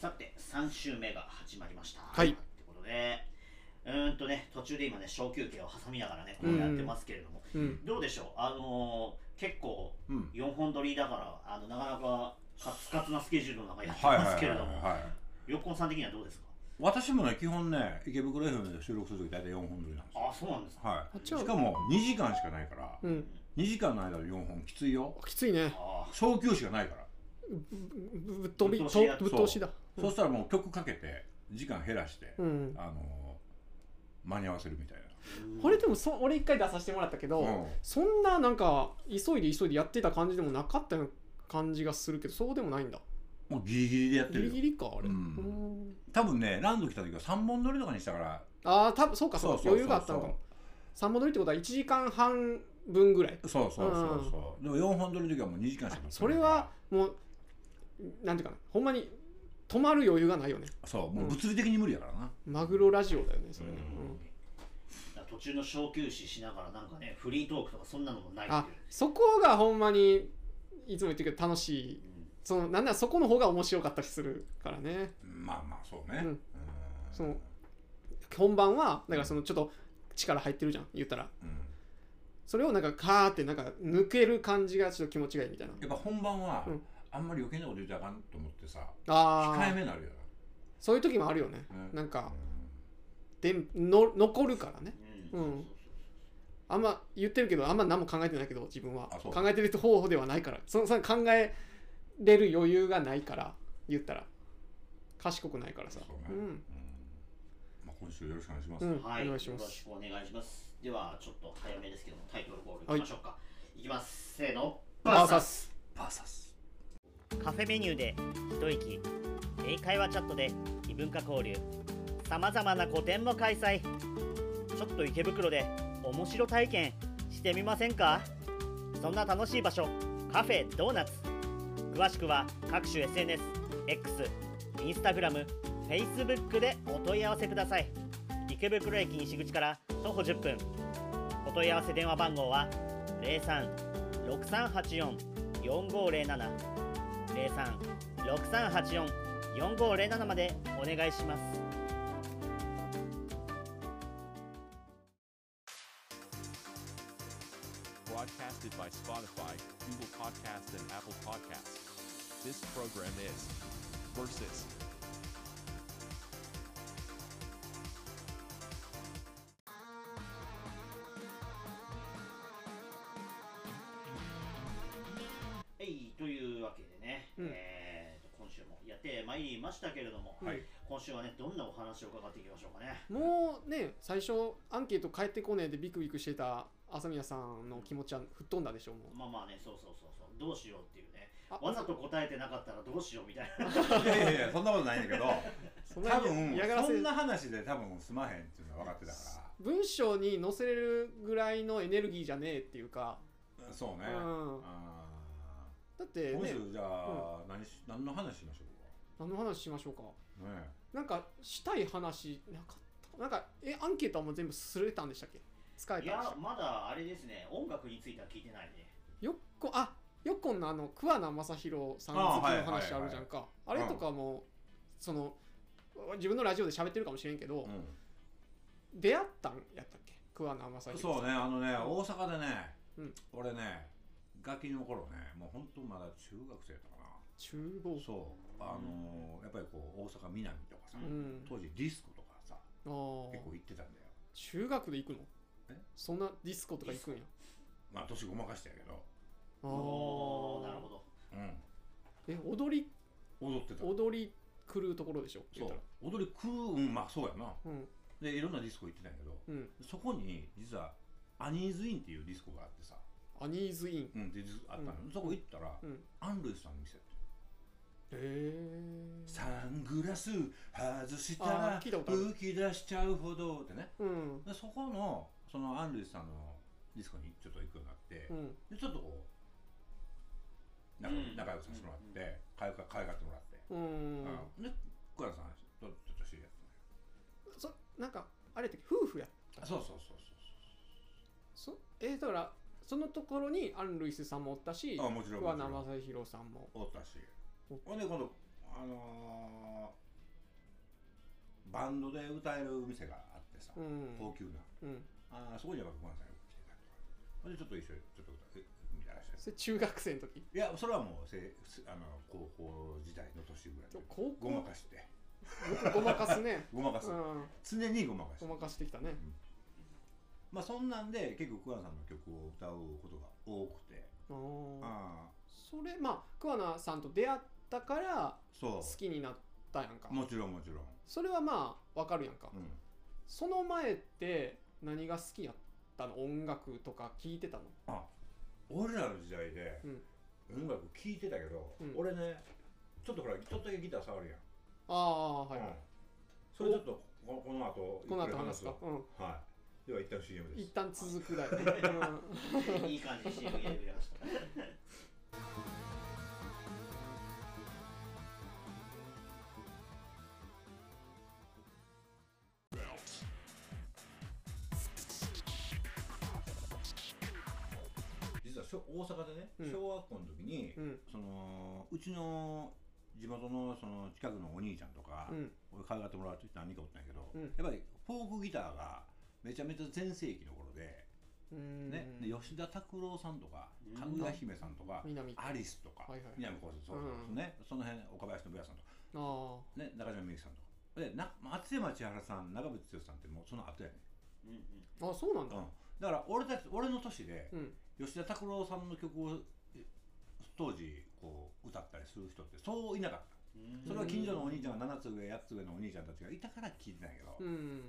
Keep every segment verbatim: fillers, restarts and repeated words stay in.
さてさん週目が始まりました。 はい。 ということで、うーんとね途中で今ね小休憩を挟みながらねこうやってますけれども、 うん、 どうでしょう。あのー、結構よんほん撮りだからあのなかなかカツカツなスケジュールの中やってますけれども、よっこんさん的にはどうですか。 私もね基本ね池袋 エフエム で収録するとき大体よんほん撮りなんですよ。 あ、そうなんですか。 はい。しかもにじかんしかないから、うん、にじかんの間でよんほんきついよ。 きついね。 小休止がないから。 ぶっ飛びぶっ通しだ。 そうしたらもう曲かけて時間減らして、うん、あの間に合わせるみたいな。 これでもそ俺一回出させてもらったけど、うん、そんななんか急いで急いでやってた感じでもなかった感じがするけど、そうでもないんだ。 もうギリギリでやってる。 ギリギリかあれ。うんうん多分ねランド来た時はさんぼん撮りとかにしたから。 ああ多分そうかそうか余裕があったのかも。さんぼん撮りってことはいちじかんはんぶんぐらい。 そうそうそうそう。うん、でもよんほん撮りの時はもうにじかんしか撮ってない。 それはもうなんていうかな、ほんまに止まる余裕がないよね。 そうもう物理的に無理やからな。 うん、マグロラジオだよねそれね。 うん、途中の小休止しながらなんかねフリートークとかそんなのもないっていう。 あそこがほんまにいつも言ってるけど楽しい。うんそのなんならそこの方が面白かったりするからね。 まあまあそうね。うん、 その本番はだからそのちょっと力入ってるじゃん言ったら、うん、それをなんかカーってなんか抜ける感じがちょっと気持ちがいいみたいな。 やっぱ本番は、うん、あんまり余計なこと言っちゃあかんと思ってさ、あ控えめになるよな。 そういう時もあるよね。うん、なんか、うん、での残るからね。うん。うんあんま言ってるけどあんま何も考えてないけど自分は考えてる方法ではないからそのその考えれる余裕がないから言ったら賢くないからさ。そうね。うん。 まあ今週よろしくお願いします。 うん、はい。お願いします。よろしくお願いします。ではちょっと早めですけどもタイトルコールいきましょうか。はい、いきます。せーの。 バーサス。 バーサス。 カフェメニューで一息。英会話チャットで異文化交流。さまざまな個展も開催。ちょっと池袋で面白体験してみませんか。そんな楽しい場所カフェドーナツ。詳しくは各種 エスエヌエス、X、Instagram、Facebook でお問い合わせください。池袋駅西口から徒歩じゅっぷん。お問い合わせ電話番号は ゼロさん ろくさんはちよん よんごゼロなな ゼロさん ろくさんはちよん よんごゼロなな までお願いします。 Broadcasted by Spotify, Google Podcasts, and Apple Podcasts. This program is Versus. はい、というわけでね、うん、えー、今週もやってまいりましたけれども、はい、今週はねどんなお話を伺っていきましょうかね。 もうね最初アンケート返ってこねえでビクビクしてた朝宮さんの気持ちは吹っ飛んだでしょう。もうまあまあね、そうそうそうそうどうしようっていうね、わざと答えてなかったらどうしようみたいな。 いやいやいやそんなことないんだけど多分そんな話で多分済まへんっていうのは分かってたから文章に載せれるぐらいのエネルギーじゃねえっていうか。 そうね、うん、あだってね、 今週じゃあ、うん、何, し何の話しましょうか。 何の話しましょうか、 ね、 なんかしたい話なかったなんかえアンケートはもう全部すれたんでしたっけ。使えたんでしたっけ。 いやまだあれですね、音楽については聞いてないね。 よっこあよっこんのあの桑名正宏さん好きの話あるじゃんか。 あ,、はいはいはい、あれとかも、うん、その自分のラジオで喋ってるかもしれんけど、うん、出会ったんやったっけ桑名正宏さん。 そうねあのね、うん、大阪でね、うん、俺ねガキの頃ねもう本当まだ中学生だったかな。 中高そうあのー、やっぱりこう大阪南とかさ、うん、当時ディスコとかさ結構行ってたんだよ。 中学で行くの？えそんなディスコとか行くんや。 まあ年ごまかしたやけど。 ああなるほど。 うん。 え踊り踊ってた。 踊り狂うところでしょ。 そう踊り狂ううんまあそうやな。うん、でいろんなディスコ行ってたんやけど、うん、そこに実はアニーズインっていうディスコがあってさ。 アニーズイン。 うんってあったの、うん、そこ行ったら、うん、アン・ルイスさんの店やって。 へえ。 サングラス外したら吹き出しちゃうほどってね、うん、でそこのそのアン・ルイスさんのディスコにちょっと行くようになって、うん、でちょっとこう仲良くさせてもらって、うん、かわいがってもらって、うんうん、で桑名さんとちょっと知り合ってそなんかあれって夫婦やったそうそうそうそうそえー、だからそのところにアン・ルイスさんもおったしあもちろん桑名正宏さんもおったしほんで今度あのバンドで歌える店があってさ、 うん、 高級な、うん、あそこには熊さんよく来てたりとかでちょっと一緒にちょっと歌みたいな人。 それ中学生の時？ いやそれはもうせあの高校時代の年ぐらいで高校ごまかしてごまかすねごまかす、うん、常にごまかしてごまかしてきたね、うん、 まあそんなんで結構桑名さんの曲を歌うことが多くて、 ああそれまあ桑名さんと出会ったから好きになったやんか。 もちろんもちろんそれはまあわかるやんか、うん、その前って何が好きやったの？音楽とか聴いてたの？ あ俺らの時代で音楽聴いてたけど、うん、俺ねちょっとほらちょっとだけギター触るやん。 ああはいはい、うん、 それちょっとこの後この後話すか、うん、 はい。では一旦 シーエム です。 一旦続くだよね、 うん、いい感じに シーエム 入れてました実は大阪でね、うん、小学校の時に、うん、そのうちの地元のその近くのお兄ちゃんとか、うん、俺可愛がってもらう人何人かおったんやけど、うん、やっぱりフォークギターがめちゃめちゃ全盛期の頃で、ね、で吉田拓郎さんとかかぐや姫さんとか、アリスとか、はいはい、南こうせつ、そうそうね、その辺岡林信也さんとか、ね、中島みゆきさんとかでな松山千春さん、長渕剛さんってもうその後やね、 うんうん、あそうなんだ、 うん、だから俺たち俺の年で、うん、吉田拓郎さんの曲を当時こう歌ったりする人ってそういなかった。それは近所のお兄ちゃんがななつ上やっつ上のお兄ちゃんたちがいたから聴いてたんやけど、うん、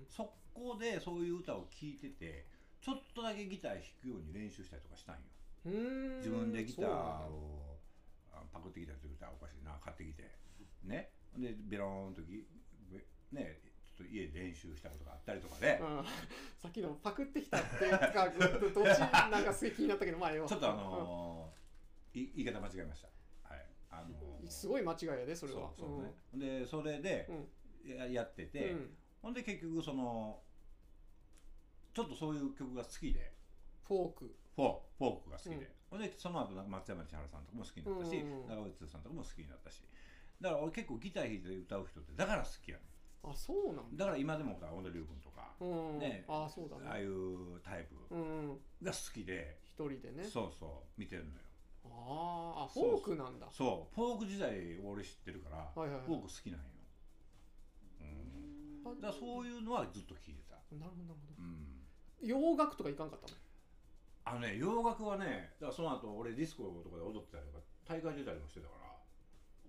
そこでそういう歌を聴いててちょっとだけギター弾くように練習したりとかしたんよ。うーん自分でギターをパクってきたりとかおかしいな買ってきてね、でベローンときねちょっと家で練習したことがあったりとかで、うん、 さっきのパクってきたってやつがどっちなんかすげえ気になったけどまあよちょっとあのーうん、言い方間違えました。あのー、すごい間違いやでそれは。 そうそうね、うん、でそれで や,、やってて、うん、ほんで結局そのちょっとそういう曲が好きでフォークフォーフォークが好きで、うん、ほんでその後松山千春さんとかも好きになったし、うんうんうん、長渕剛さんとかも好きになったし、だから俺結構ギター弾いて歌う人ってだから好きやねん。あそうなんだ。だから今でも小野龍君とか、 うんね、あそうだね、 ああいうタイプが好きで一人でねそうそう見てるのよ。 ああフォークなんだ。 そうフォーク時代俺知ってるから、はいはいはい、フォーク好きなんよ、うん、だからそういうのはずっと聴いてた。 なるほどなるほど、うん、洋楽とかいかんかったの？ あのね洋楽はねだからその後俺ディスコとかで踊ってたりとか大会出たりもしてたから。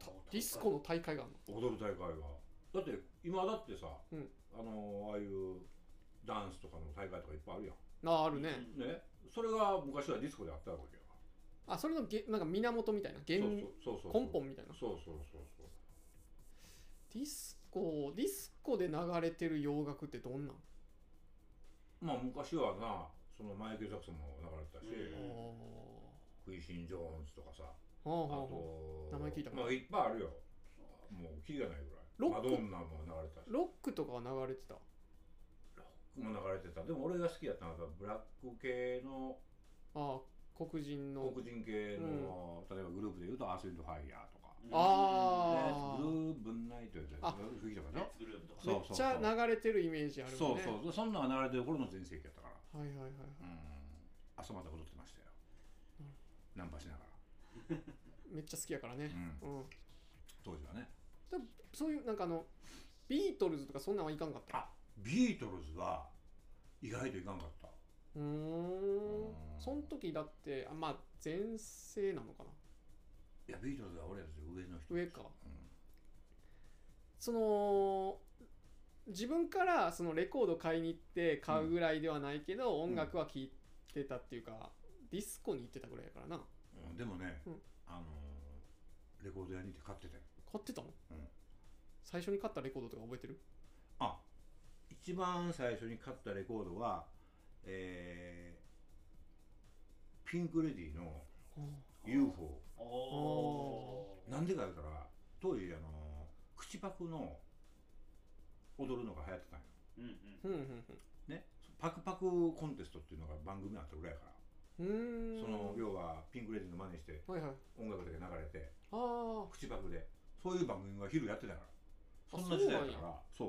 ディスコの大会があるの？ 踊る大会がだって今だってさ、うん、あのああいうダンスとかの大会とかいっぱいあるやん。 ああるね。 ねそれが昔はディスコであったわけよ。 あそれのげなんか源みたいな原根本みたいな。 そうそうそうそう。 ディスコディスコで流れてる洋楽ってどんなん？ まあ昔はなそのマイケル・ジャクソンも流れてたし、クイシン・ジョーンズとかさ、あと名前聞いたかな。 まあいっぱいあるよ。もうキリがないぐらい。マドンナも流れてたし。 ロックとかは流れてた。 ロックも流れてた。でも俺が好きだったのはブラック系の。 ああ。黒人の黒人系の、うん、例えばグループでいうとアース・ウィンド・ファイヤーとか、 ああ、 ブルーブンナイトとかグループとかめっちゃ流れてるイメージあるね。 そうそうそんなのが流れてる頃の全盛期やったから。 はいはいはいはい。うん、 朝まで踊ってましたよ。ナンパしながら。 めっちゃ好きやからね。うん。うん、 当時はね。 そういうなんかあのビートルズとかそんなんはいかんかった。 あ、ビートルズは意外といかんかった。 うーんその時だってあまあ前世なのかな。 いやビートルズは俺たち上の人上か、うん、その自分からそのレコード買いに行って買うぐらいではないけど、うん、音楽は聴いてたっていうか、うん、ディスコに行ってたぐらいやからな、 うん、でもね、うん、あのー、レコード屋に行って買ってたよ。 買ってたの、うん、最初に買ったレコードとか覚えてる？ あ一番最初に買ったレコードはえー、ピンク・レディーの ユーフォー。 なんでか言うたら当時あの口パクの踊るのが流行ってたんよ、うんうんね、パクパクコンテストっていうのが番組あったぐらいやから、うーんその要はピンク・レディーの真似して、はいはい、音楽だけ流れてあ口パクでそういう番組が昼やってたからそんな時代だからそう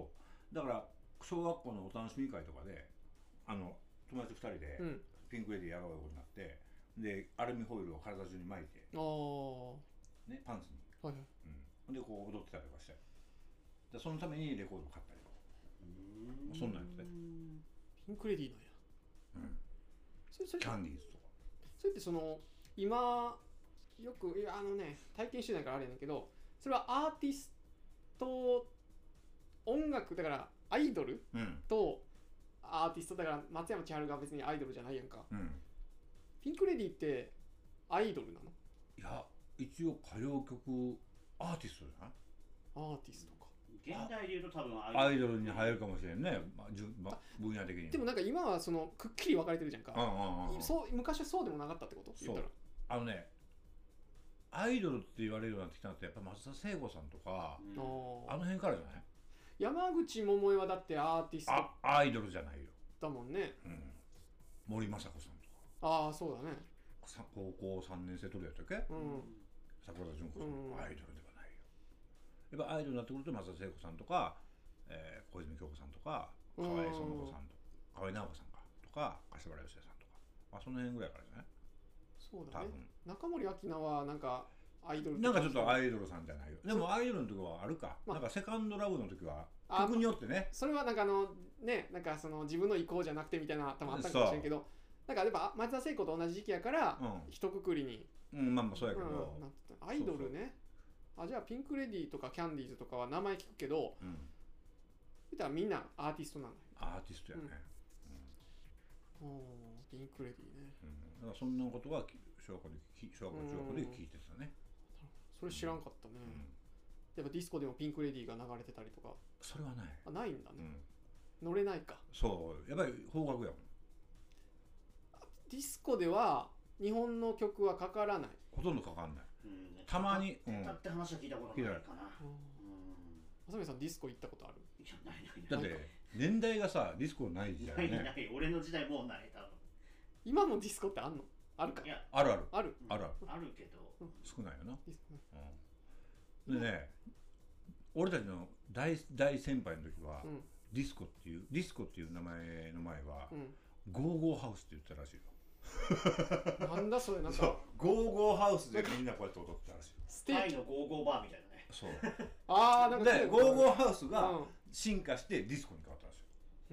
だから小学校のお楽しみ会とかであの友達ふたりでピンクレディーやろうよことになって、でアルミホイルを体中に巻いて、ね、パンツに、はいはい、うん、でこう踊ってたりとかして、でそのためにレコードを買ったりとか、うーん、そんなんやつね。 ピンクレディーなんや、うん、それそれキャンディーズとか。 それってその今よくいやあのね体験してないからあれやねんけど、それはアーティスト音楽だからアイドル、うん、とアーティストだから松山千春が別にアイドルじゃないやんか、うん、ピンクレディーってアイドルなの？ いや一応歌謡曲アーティストじゃない？ アーティストか。 現代でいうと多分アイドルに入るかもしれんね、まあじゅまあ、分野的に。 でもなんか今はそのくっきり分かれてるじゃんか。そう昔はそうでもなかったってこと？言ったらあのね、アイドルって言われるようになってきたのってやっぱ松田聖子さんとか、うん、あの辺からじゃない？ 山口百恵はだってアーティストあアイドルじゃないよだもんね、 うん、森昌子さんとか。 ああそうだね。 高校さんねん生取りやったっけ、うん、桜田淳子さん、うん、アイドルではないよ。やっぱアイドルになってくると松田聖子さんとか、えー、小泉京子さんとか河合園子さんとか河合直子さんかとか柏原芳恵さんとか、まあ、その辺ぐらいからじゃない？ そうだね。中森明菜はなんかアイドルなんかちょっとアイドルさんじゃないよ。でもアイドルの時はあるか、まあ、なんかセカンドラブの時は曲によってね、 それはなんかあのねなんかその自分の意向じゃなくてみたいな多分あったかもしれんけど、なんかやっぱ松田聖子と同じ時期やから一括りに、 うん、うん、まあまあそうやけど、 うん、アイドルね。そうそう、あじゃあピンクレディーとかキャンディーズとかは名前聞くけど、うん、言ったらみんなアーティストなんだよ。 アーティストやね、 うんうん、ピンクレディーね、 うん、だからそんなことは小学校で小学校中学校で聞いてたね。 それ知らんかったね、うん、やっぱディスコでもピンクレディーが流れてたりとか。 それはない。 あないんだね、うん、乗れないか。 そうやっぱり邦楽やもん。 ディスコでは日本の曲はかからない。 ほとんどかかんない、うん、たまに歌って話は聞いたことないかな。 浅見さんディスコ行ったことある？ いやないないない。だって年代がさディスコないじゃんね。 ないない俺の時代もうない多分。 今もディスコってあんの？あるか。 いやあるあるあるあるあるけど少ないよな、うん、でね俺たちの 大, 大先輩の時は、うん、ディスコっていうディスコっていう名前の前は、うん、ゴーゴーハウスって言ったらしいよ。 なんだそれ。なんかそうゴーゴーハウスでみんなこうやって踊ってたらしいよ。 ステーキのゴーゴーバーみたいなね。 そうああなんかでゴーゴーハウスが進化してディスコに変わったらしいよ。 うん、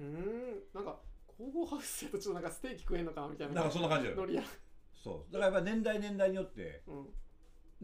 なんかゴーゴーハウスやとちょっとなんかステーキ食えんのかなみたいな。 なんかそんな感じだよ。ノリや。そうだからやっぱ年代年代によって、うん、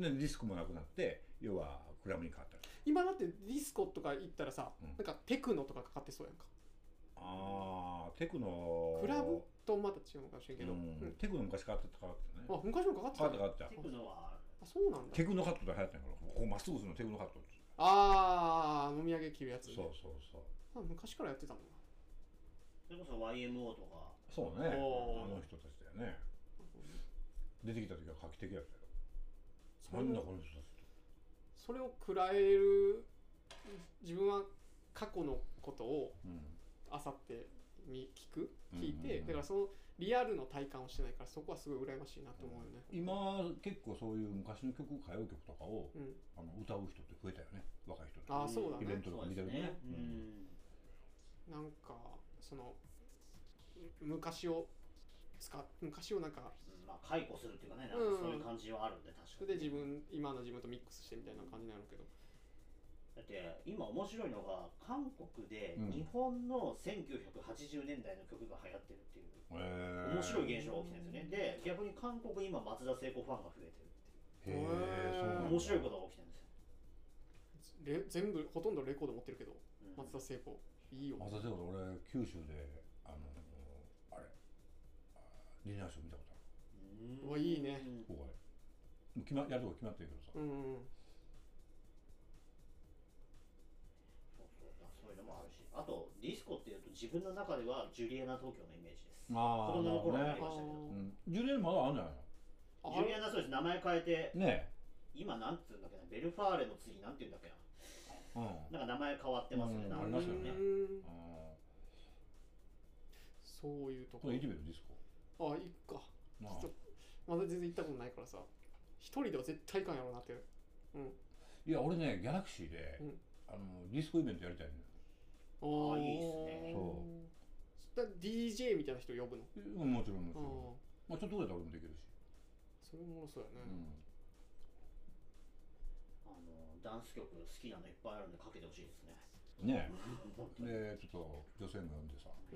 ね、ディスコもなくなって要はクラブに変わったり。 今だってディスコとか行ったらさ、うん、なんかテクノとかかかってそうやんか。 ああテクノクラブとまた違うのかもしれんけど、うんうん、テクノ昔変わってたね。 あ昔もかかってた。 変わった変わった。 テクノはあそうなんだ。 テクノカットで流行ったんやからここまっすぐするのテクノカットって。 ああ飲み上げ切るやつ、ね、 そうそうそう。 昔からやってたの。 それこそ ワイエムオー とか。 そうねあの人たちだよね。出てきた時は画期的だったよ。なんだこの人たち。 それを食らえる自分は過去のことをあさって聞く聞いて、うんうんうん、だからそのリアルの体感をしてないからそこはすごい羨ましいなと思うよね、 うん、今結構そういう昔の曲歌謡曲とかを、うん、あの歌う人って増えたよね若い人で。 ああそうだね。 イベントとか見てるね、 うん、なんかその昔を使っ昔をなんかまあ解雇するっていうかね、なんかそういう感じはあるんで、確かに。 それで自分今の自分とミックスしてみたいな感じになるけど、 だって今面白いのが韓国で日本のせんきゅうひゃくはちじゅうねんだいの曲が流行ってるっていう、うん、面白い現象が起きてるんですよね。で逆に韓国今松田聖子ファンが増えてるっていう、へー、面白いことが起きてるんですよ。 レ全部ほとんどレコード持ってるけど、うん、松田聖子いいよ。 松田聖子俺九州であのあれディナーショー見たことある。 うわいいね。 ここで決まやるとこ決まってるけどさ、うん、 そうそうそういうのもあるし、あとディスコっていうと自分の中ではジュリアナ東京のイメージです。 あ子供の頃にありましたけど、 うん、ジュリアナまだあるんじゃないの。 ジュリアナそうです、名前変えてね。 今なんていうんだっけな、ベルファーレの次なんていうんだっけな、うん、なんか名前変わってますよね、うん、ありますよね。 そういうところ。 行ってみるディスコ。 ああ行くか。ちょっとまだ全然行ったことないからさ、一人では絶対行かんやろうなって。うん。 いや俺ねギャラクシーで、うん、あのディスコイベントやりたいのよ。 ああいいですね。 そうだ ディージェー みたいな人呼ぶの？ うん、もちろんもちろん。まあちょっとぐらい俺もできるし。 それもそうやね、 うん、あのダンス曲好きなのいっぱいあるんでかけてほしいですね。 ねえ。でちょっと女性も呼んでさ、 うん、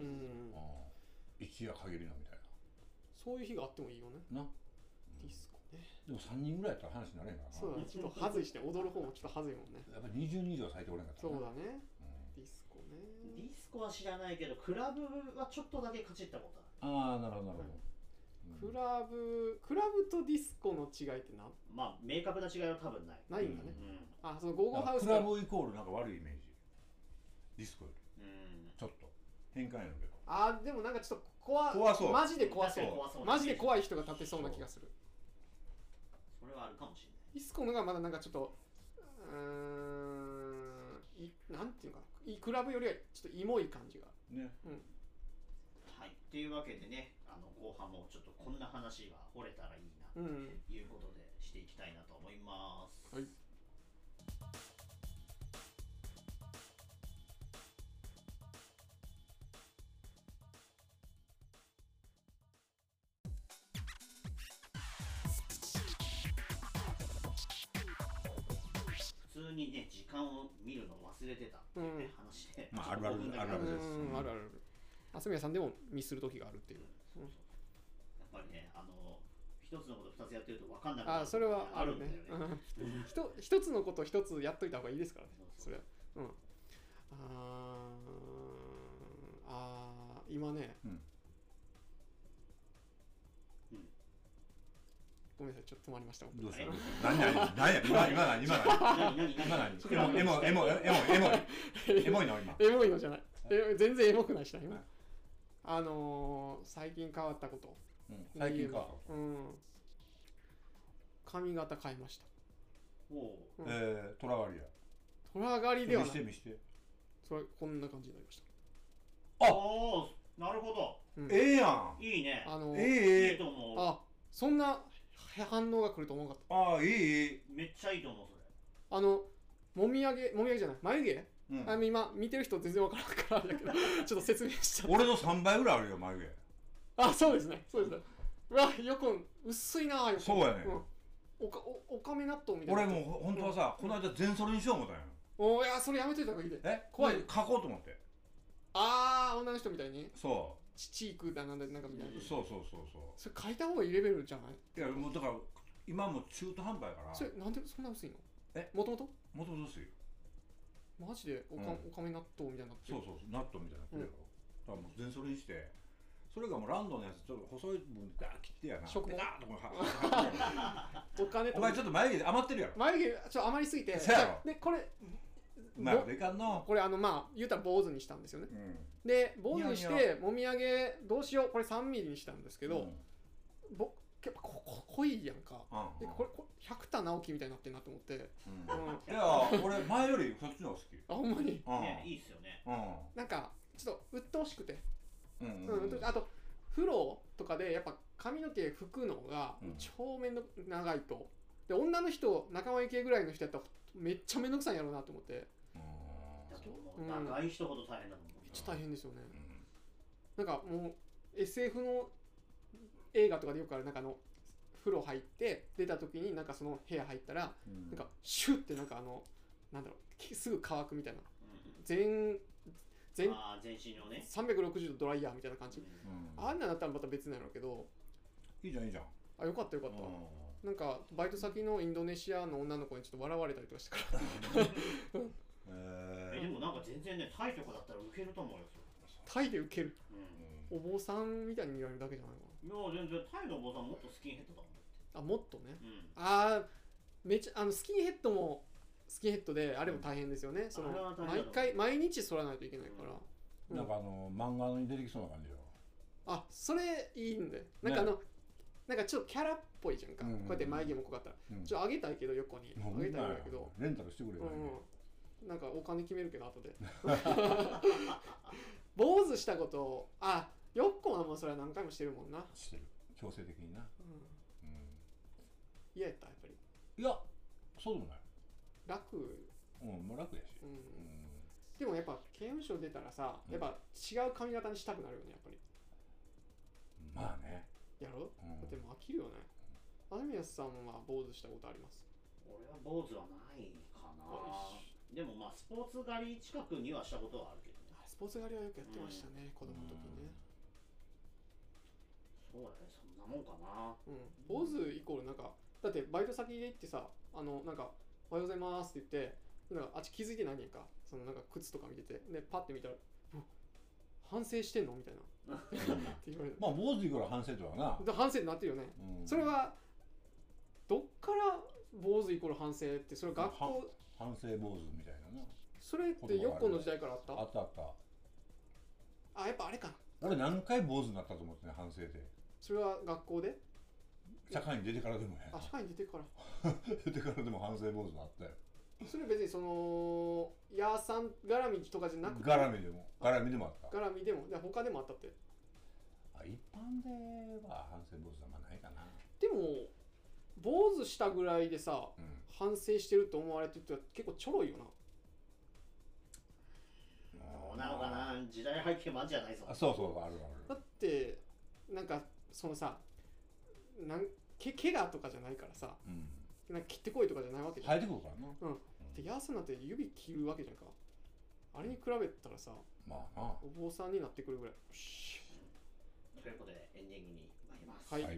一夜限りのみたいな、 そういう日があってもいいよね。 な、 ディスコね。 でもさんにんぐらいやったら話になれんからな。 そうだね、ちょっとはずいして踊る方もちょっとはずいもんね。 やっぱりにじゅうにん以上最低おれんかったら。 そうだね、ディスコね。 ディスコは知らないけどクラブはちょっとだけかじったことある。 ああなるほどなるほど。 クラブクラブとディスコの違いって何？ まあ明確な違いは多分ない。 ないんだね。 うん、 あ、そのゴーゴーハウスクラブイコールなんか悪いイメージ。ディスコより、うん、ちょっと変換やるけど。 あ、でもなんかちょっと怖怖そう。 マジで怖そう。マジで怖い人が立てそうな気がする。 それはあるかもしれない。 ディスコのがまだなんかちょっとうーんいなんていうかな、クラブよりはちょっとイモい感じがね。 うん。 はい。というわけでね、あの後半もちょっとこんな話が掘れたらいいなということでしていきたいなと思います。 はい。 普通にね時間を見るのを忘れてたっていうね、うん、話で、 まああるあるあるあるです。 うん、あるある。朝宮さんでもミスる時があるっていう。 うん、やっぱりね、あの一つのこと二つやってると分かんなくなる。 あ、それはあるね。一つのこと一つやっといた方がいいですからね。それは。うん。ああ今ね。うん。ごめんなさい、ちょっと止まりました。 どうした？何何何や今今何今何今何エモエモエモエモエモいの今。 エモいのじゃない。全然エモくないしな今。あの最近変わったこと。 最近変わったこと。 うん。髪型変えました。 おお。 ええ、虎狩りや。 虎狩りではない。 見して見して。 それこんな感じになりました。 ああ、なるほど。 ええやん。 いいね。 あのええ。 いいと思う。 あ、そんな反応が来ると思わなかった。 ああ、いい。 めっちゃいいと思うそれ。 あのもみあげもみあげじゃない眉毛。うん、あ今見てる人全然わからんからだけどちょっと説明しちゃった。 俺のさんばいぐらいあるよ眉毛。 あ、そうですね、そうですね。うわ、よく薄いな。 そうやね、 うん、おか お, おかめ納豆みたいな。 俺もう本当はさ、うん、この間全それにしよう思ったんや。 おいや、それやめといた方がいいで。 え、 怖い。 書こうと思って。 ああ、女の人みたいに。 そう。 チークだなんだなんかみたいな。 そうそうそうそう。 それ書いた方がいいレベルじゃない？ いやもうだから今も中途半端やから。 それなんでそんな薄いの？ え、 もともと？ もともと薄いよ。 マジでおか、うん、おかめ納豆みたいになってる。 そうそうそう、納豆みたいになってるやろ、うん、だからもう全それにしてそれがもうランドのやつちょっと細い分でガーッ切ってやな食もお金とお前ちょっと眉毛で余ってるやろ。 眉毛ちょっと余りすぎて。 そうやろ。 でこれまあでかんのこれあのまあ言うたら坊主にしたんですよね、うん、で坊主にしてもみあげどうしようこれさんミリにしたんですけど、うん、ぼ結構ここ濃いやんか、うん、でこれこれ百田直樹みたいになってるなと思って、 うんうん、いや俺前よりそっちの方が好き。 あ、ほんまに、 うん、ね、いいっすよね、 うん、なんかちょっと鬱陶しくて、 うんうんうん、 あと風呂とかでやっぱ髪の毛拭くのが超面倒長いと、で女の人仲間由紀恵ぐらいの人やったらめっちゃ面倒くさいんやろうなと思って、 うん、長い人ほど大変だもん。 めっちゃ大変ですよね、うん、なんかもう エスエフ の映画とかでよくあるなんかあの風呂入って出た時になんかその部屋入ったら、うん、なんかシュッてなんかあのなんだろうすぐ乾くみたいな、うん、全全あ全身のねさんびゃくろくじゅうどドライヤーみたいな感じ、うん、あんなだったらまた別なんやろうけど、 いいじゃんいいじゃん。 あ、よかったよかった。なんかバイト先のインドネシアの女の子にちょっと笑われたりとかしたからえー、でもなんか全然ねタイとかだったらウケると思うよ。 タイでウケる、うん、お坊さんみたいに見られるだけじゃないかな。いや全然タイのお坊さんもっとスキンヘッドだもん。 あ、もっとね、 うん、 あーめちゃあのスキンヘッドもスキンヘッドであれも大変ですよね、うん、その毎回毎日剃らないといけないから、 うん、なんかあの漫画に出てきそうな感じよ。 あ、それいいんで、なんかあの、ね、なんかちょっとキャラっぽいじゃんか、うんうんうん、こうやって眉毛も濃かったら、うん、ちょっと上げたいけど横に、うん、上げたいんだけどレンタルしてくれよ、 うん、なんかお金決めるけど後で坊主したことを、あ、よっこはもうそれは何回もしてるもんな。 してる、強制的にな。 うんうん、嫌やったやっぱり。 いや、そうでもない。 楽。 うん、もう楽やし、 うんうん、でもやっぱ刑務ション出たらさ、やっぱ違う髪型にしたくなるよね、やっぱり。 まあね。 やろ、うん、だってもう飽きるよね。アルミヤスさんは坊主したことあります？ 俺は坊主はないかな。でもまあスポーツ狩り近くにはしたことはあるけど、ね、 スポーツ狩りはよくやってましたね、うん、子供の時ね。 そうだね、そんなもんかな。 うん、坊主イコールなんか、だってバイト先で行ってさ、あのなんかおはようございますって言って、なんかあっち気づいてないねんか、そのなんか靴とか見てて、でパッて見たら、反省してんのみたいなって言われる。まあ坊主イコール反省とはな。 反省になってるよね。うん、それはどっから坊主イコール反省って、それ学校反省坊主みたいなな。 それってよっこの時代からあった？ あったあった。 あ、やっぱあれかな。 俺何回坊主になったと思ってね、反省で。 それは学校で？ 社会に出てからでもや。 あ、社会に出てから出てからでも反省坊主になったよ。 それ別にそのヤーさん絡みとかじゃなくて、 絡みでも絡みでもあった。 絡みでも、で他でもあったって。 あ、一般では反省坊主はまあないかな。 でも坊主したぐらいでさ、うん、反省してると思われてる人は結構ちょろいよな。 どうなのかな、時代背景もあるじゃないぞ。 あ、そうそう、あるある。 だってなんかそのさ、なんけ怪我とかじゃないからさ、うん、なんか切ってこいとかじゃないわけじゃん。 生えてくるからな。 うん。でヤースなんて指切るわけじゃんか。あれに比べたらさ、 まあな、 お坊さんになってくるぐらい。よし。ということでエンディングに参ります。 はい。はい、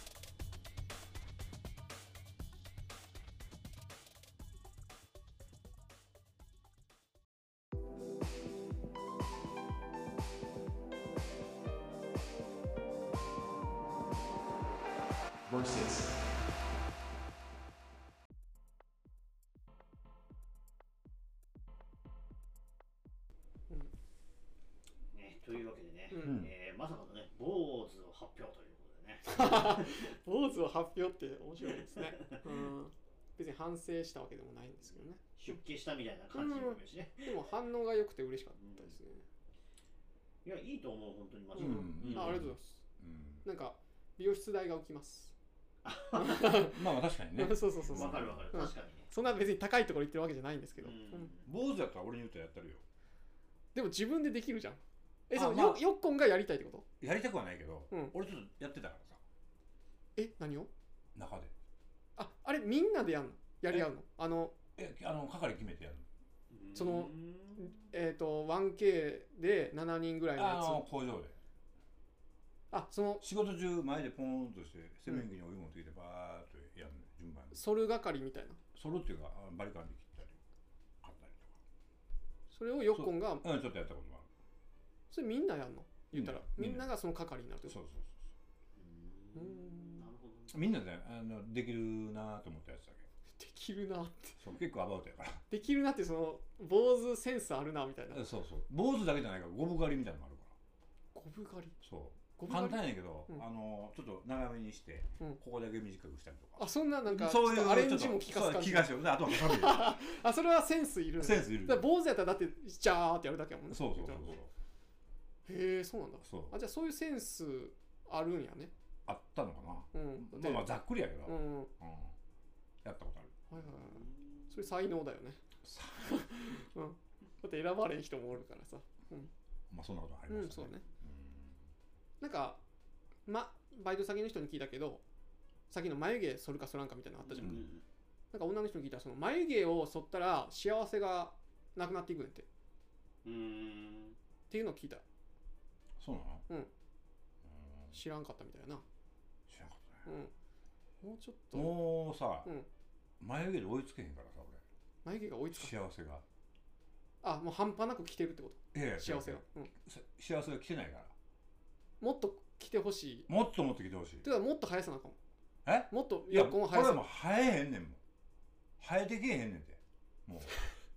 Versus というわけでね、うんえー、まさかのね、坊主を発表ということでね。 坊主を発表って面白いですね。うん、別に反省したわけでもないんですけどね。 出家したみたいな感じもあるしね、 うん。でも反応が良くて嬉しかったですね。 うん、いや、いいと思う、本当にマジで。 うんうん、あ、ありがとうございます。うん、なんか美容室代が浮きます。 まあまあ確かにね。 そうそうそうそう。 わかるわかる。確かにね。 そんな別に高いところ行ってるわけじゃないんですけど。うん、 坊主だったら俺に言うとやったるよ。 でも自分でできるじゃん。え、その、まあ、よ, よっこんがやりたいってこと？ やりたくはないけど、うん、俺ちょっとやってたからさ。 え、何を？ 中で。 あ、あれみんなでやんの？やり合うの？あの、 え、あの係決めてやるの。 その、えっと ワンケー でしちにんぐらいのやつ。 あの工場で。 あ、その仕事中前でポーンとして洗面器にお湯持ってきてバーっとやるの、順番に。 剃る係みたいな。 剃るっていうかバリカンで切ったり、買ったりとか。 それをよっこんが。 うん、ちょっとやったこともある。 それみんなやんの？言ったらみんながその係になるってこと？ そうそうそうそう。うん、なるほど。みんなであのできるなと思ったやつだけ。できるなって。 そう、結構アバウトやから。 できるなってその坊主センスあるなみたいな。 そうそう。坊主だけじゃないからゴブ狩りみたいなのもあるから。 ゴブ狩り？ そう。簡単やけど、うん、あのちょっと長めにして、うん、ここだけ短くしたりとか。 あ、そんななんかそういうアレンジも聞かす感じ。 聞かせよ。あとはハミ。 あ、それはセンスいる。 センスいる。 だから坊主やったらだってジャーってやるだけやもんね。 そうそうそうそう。 へえ、そうなんだ。あ、じゃあそういうセンスあるんやね。 あったのかな。 うん。 まあまあざっくりやけど。うん。うん、やったことある。 はいはいはい。それ才能だよね。うん。だって選ばれん人もおるからさ。うん。 まあそんなことありますね。うん、 そうね。なんかまバイト先の人に聞いたけど、さっきの眉毛剃るか剃らんかみたいなのあったじゃん。うん、なんか女の人に聞いたら、その眉毛を剃ったら幸せがなくなっていくねんって。 うーん。 っていうのを聞いた。 そうなの？ うん。知らんかったみたいな。 知らんかったね。うん。もうちょっと。 もうさ、うん、眉毛で追いつけへんからさ、俺。 眉毛が追いつか幸せが。 あ、もう半端なく来てるってこと？ いやいや、 幸せが。うん。 幸せが来てないから。 もっと来てほしい。 もっともっと来てほしい。 てかもっと生やさなあかん。 え？ もっとよっこん生やさな。 これも生えへんねんもん。生えてけえへんねんて。もう。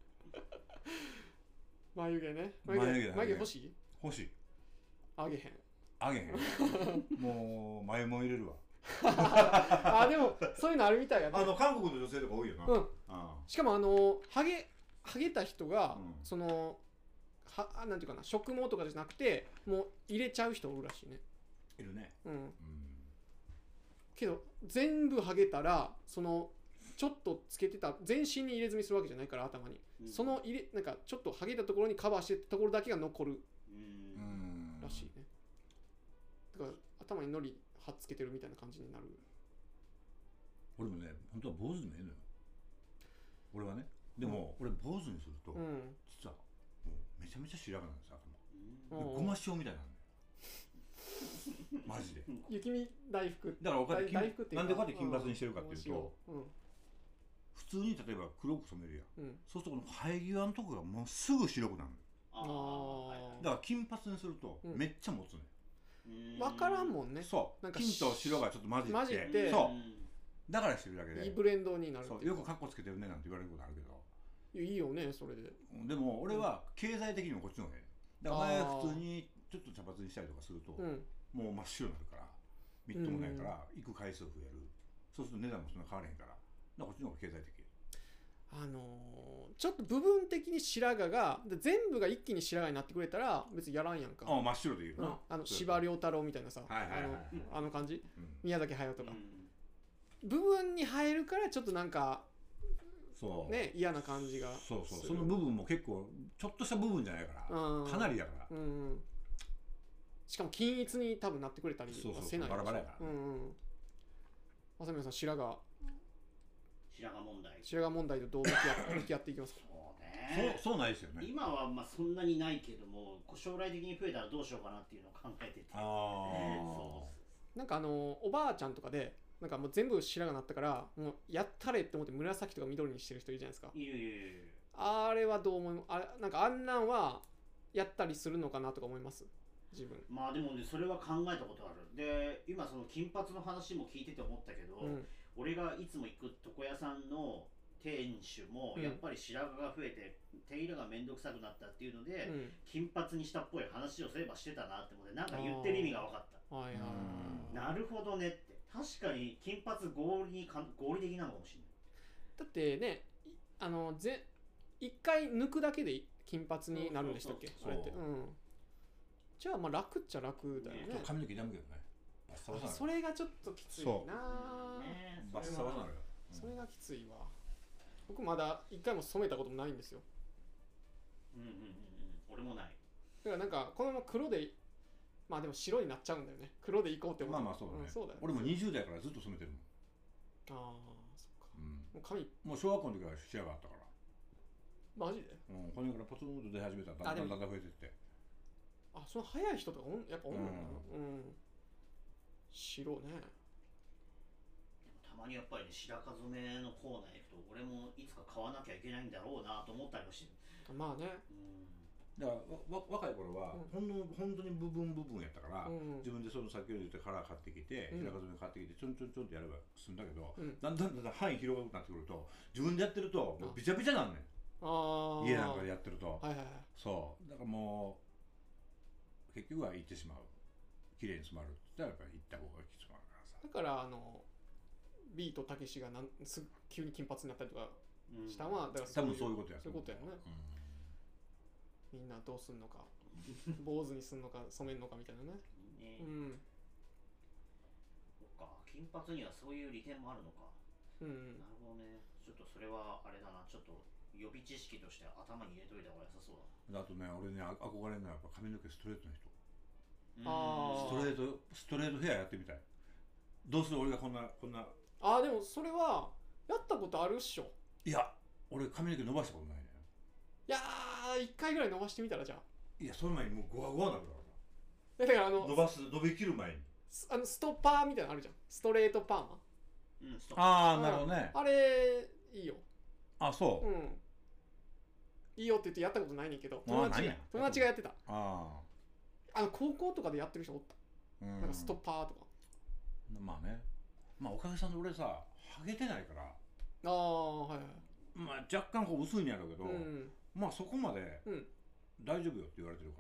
眉毛ね。眉毛、眉毛、眉毛欲しい？ 欲しい。 あげへん。 あげへん。もう眉も入れるわ。 あ、でもそういうのあるみたいやね。 あの韓国の女性とか多いよな。 うん。しかもあのハゲハゲた人が、うん、そのはなんていうかな、植毛とかじゃなくてもう入れちゃう人おるらしいね。 いるね。 うん。うん、けど全部ハゲたらそのちょっとつけてた全身に入れ墨するわけじゃないから頭に、うん、その入れなんかちょっとハゲたところにカバーしてたところだけが残るらしいね。だから頭にのりはっつけてるみたいな感じになる。 俺もね本当は坊主でもいいのよ俺はね。でも、うん、俺坊主にすると、うん、実はもうめちゃめちゃ白髪なんですよ頭。ごま塩みたいなのマジで雪見大福だから分かる。なんでこうやって金髪にしてるかっていうと、うん、普通に例えば黒く染めるやん、うん、そうするとこの生え際のとこがもうすぐ白くなる。あだから金髪にするとめっちゃ持つね、 うん、分からんもんね。 そうなんか金と白がちょっと混じって混じってそうだからしてるだけでいいブレンドになる。 そうよくカッコつけてるねなんて言われることあるけど、 いいよねそれで。 でも俺は経済的にもこっちの方がいい。だから前普通にちょっと茶髪にしたりとかすると、うん、もう真っ白になるからみっともないから、うん、行く回数増える。そうすると値段もそんな変わらへんから、だからこっちの方が経済的。 あのー、ちょっと部分的に白髪が全部が一気に白髪になってくれたら別にやらんやんか。 ああ真っ白でいいよな、うん、 あの司馬遼太郎みたいなさ、はいはいはいはい、あのあの感じ、うん、宮崎駿とか、うん、部分に入るからちょっとなんかそうね嫌な感じが。 そうそうその部分も結構ちょっとした部分じゃないから、うん、かなりだから、うん、 しかも均一に多分なってくれたりはせない。 そうそうバラバラやから、ね、うんうん。 朝宮さん白髪白髪問題白髪問題とどう向き合向き合っていきますか。 そうね。 そうそうないですよね。 今はまあそんなにないけども将来的に増えたらどうしようかなっていうのを考えてて。あそうなんかあのおばあちゃんとかでなんかもう全部白髪なったからもうやったれって思って紫とか緑にしてる人いるじゃないですか。 いるいるいる。 あれはどう思う。あれなんかあんなんはやったりするのかなとか思います自分。 まあでもねそれは考えたことある。で今その金髪の話も聞いてて思ったけど、うん、俺がいつも行く床屋さんの店主もやっぱり白髪が増えて、うん、手入れがめんどくさくなったっていうので、うん、金髪にしたっぽい話をすればしてたなって思ってなんか言ってる意味が分かった。はいはい、なるほどねって。確かに金髪合理にか合理的なのかもしれない。 だってねあのぜ一回抜くだけで金髪になるんでしたっけそれって。うん。じゃあまあ楽っちゃ楽だよね。 髪の毛痛むけどね。バッサバサなる。 それがちょっときついな。 ね、バッサバサなるよ。 それがきついわ。僕まだ一回も染めたこともないんですよ。 うんうんうんうん。俺もない。 だからなんかこのまま黒でまあでも白になっちゃうんだよね。黒でいこうって思って。 まあまあそうだね。うん、そうだよね。俺もにじゅう代からずっと染めてるもん。 ああそっか。うん。 もう髪もう小学校の時は白髪あったから。 マジで？ うん。これからポツンと出始めたらだんだんだんだん増えてって。 あ、その早い人とかおんやっぱおんのかな、うん、うん、白ね。 たまにやっぱりね白髪染めのコーナー行くと俺もいつか買わなきゃいけないんだろうなと思ったりもしてる。 まあね、 うん、だからわ若い頃は、うん、ほんの本当に部分部分やったから、うん、自分でその先ほど言ったカラー買ってきて、うん、白髪染め買ってきてちょんちょんちょんってやれば済んだけど、うん、だんだんだんだん範囲広がるくなってくると自分でやってるともうびちゃびちゃなんねん。あ家なんかでやってると、はいはいはい、そうだからもう結局は行ってしまう。綺麗に染まるって言ったらやっぱり行った方がきつまるからさ。 だからあのビートたけしがなんす急に金髪になったりとかしたのは、うん、だから多分そういうことやそういうことやね、うん、みんなどうすんのか坊主にすんのか染めんのかみたいなね。ねうん。 そっか金髪にはそういう利点もあるのか。うん。なるほどね。ちょっとそれはあれだなちょっと予備知識として頭に入れといた方が良さそうだ。あとね俺ね憧れるのはやっぱ髪の毛ストレートの人。あストレートストレートヘアやってみたい。どうする俺がこんなこんな。 あでもそれはやったことあるっしょ。 いや俺髪の毛伸ばしたことないね。 いやーいっかいぐらい伸ばしてみたらじゃあ。 いやその前にもうゴワゴワなるからな。だからあの伸ばす伸びきる前にあのストッパーみたいなのあるじゃん。ストレートパーマ。 うん、ああなるほどね。 あれいいよ。 あそう。うんいいよって言ってやったことないねんけど友達が友達がやってた。あああの高校とかでやってる人おった、うん、なんかストッパーとか。 まあねまあおかげさんで俺さハゲてないからああはいはいまあ若干こう薄いんやろうけど、うん、まあそこまで大丈夫よって言われてるから、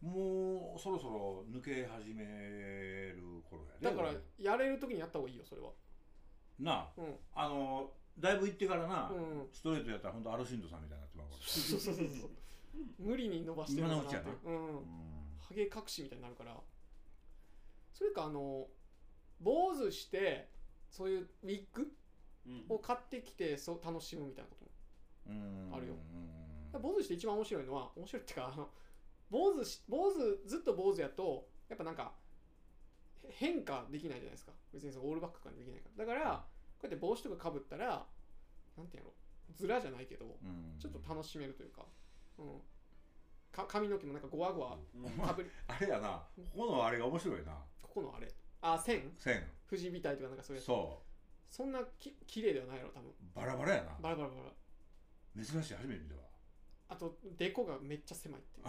もうそろそろ抜け始める頃やで。だからやれる時にやった方がいいよそれはなあ、うん、あのだいぶ行ってからな、うん、ストレートやったら本当アルシンドさんみたいになってまうからそうそうそうそう無理に伸ばしてるのかなって、うん、うん、ハゲ隠しみたいになるから。それかあの坊主してそういうウィッグを買ってきてそう楽しむみたいなこともあるよ。坊主して一番面白いのは面白いっていうか、あの坊主し坊主ずっと坊主やとやっぱなんか変化できないじゃないですか。別にそのオールバックとかにできないから。だからこうやって帽子とかかぶったらなんていうのズラじゃないけどちょっと楽しめるというか、うん、か髪の毛もなんかゴワゴワかぶりあれやな、ここのあれが面白いな。 ここのあれあ線線富士美体とかなんかそういうやつ。 そうそんなき綺麗ではないやろ多分。 バラバラやな。 バラバラバラ珍しい、初めて見たわ。 あとデコがめっちゃ狭いっていう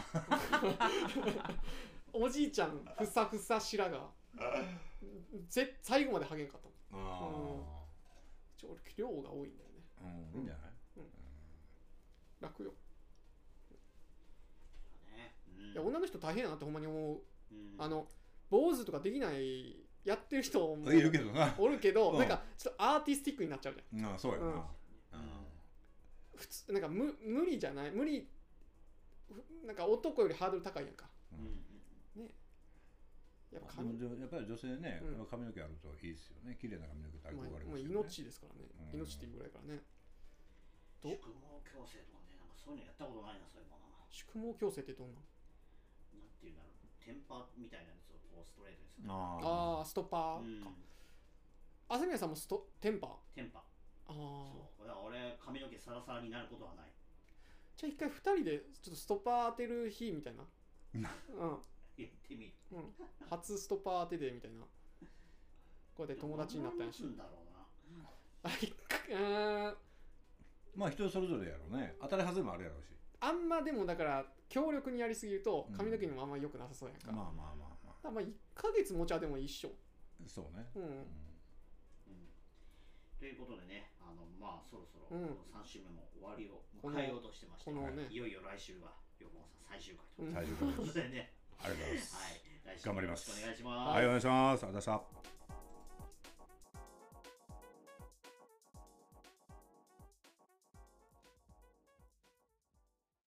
おじいちゃんふさふさ白髪ぜ最後まではげんかったもん。あ、うん、ちょ俺量が多いんだよね。 うん、いいんじゃない、うんうん、 楽よ、 ね、うん、 いや女の人大変やなってほんまに思う、うん、あの坊主とかできないやってる人もいるけどなおるけど、うん、なんかちょっとアーティスティックになっちゃうじゃん。 ああそうやな、うんうん、 普通なんか無無理じゃない無理なんか男よりハードル高いやんか、うん、ね。 やっぱ髪やっぱり女性ね、うん、髪の毛あるといいですよね。綺麗な髪の毛って憧れますよね。 まあ、命ですからね、うん、命っていうぐらいからね。 宿毛矯正とかね、なんかそういうのやったことないな。そういうもの宿毛矯正ってどんななんていうんだろう、テンパみたいなやつをこうストレートですね。 ああストッパーか、うん、あさみやさんもストテンパテンパああそう俺髪の毛サラサラになることはない。 じゃあ一回ふたりでちょっとストッパー当てる日みたいなうんやってみる、 うん、初ストッパー当てでみたいなこうやって友達になったんやし。 どうなんだろうなあまあ人それぞれやろうね。当たり外れもあるやろうし。 あんまでもだから強力にやりすぎると髪の毛にもあんまり良くなさそうやんか、 うん、まあまあまあまあまあいっかげつ持ちはでも一緒。 そうね、 うん、うんうん、 ということでね、あのまあそろそろさん週目も終わりを迎えようとしてまして、ね、いよいよ来週は横尾さん最終回ということでね、 ありがとうございます。 はい、来週頑張ります。 よろしくお願いします。 はい、お願いします。ありがとうございました。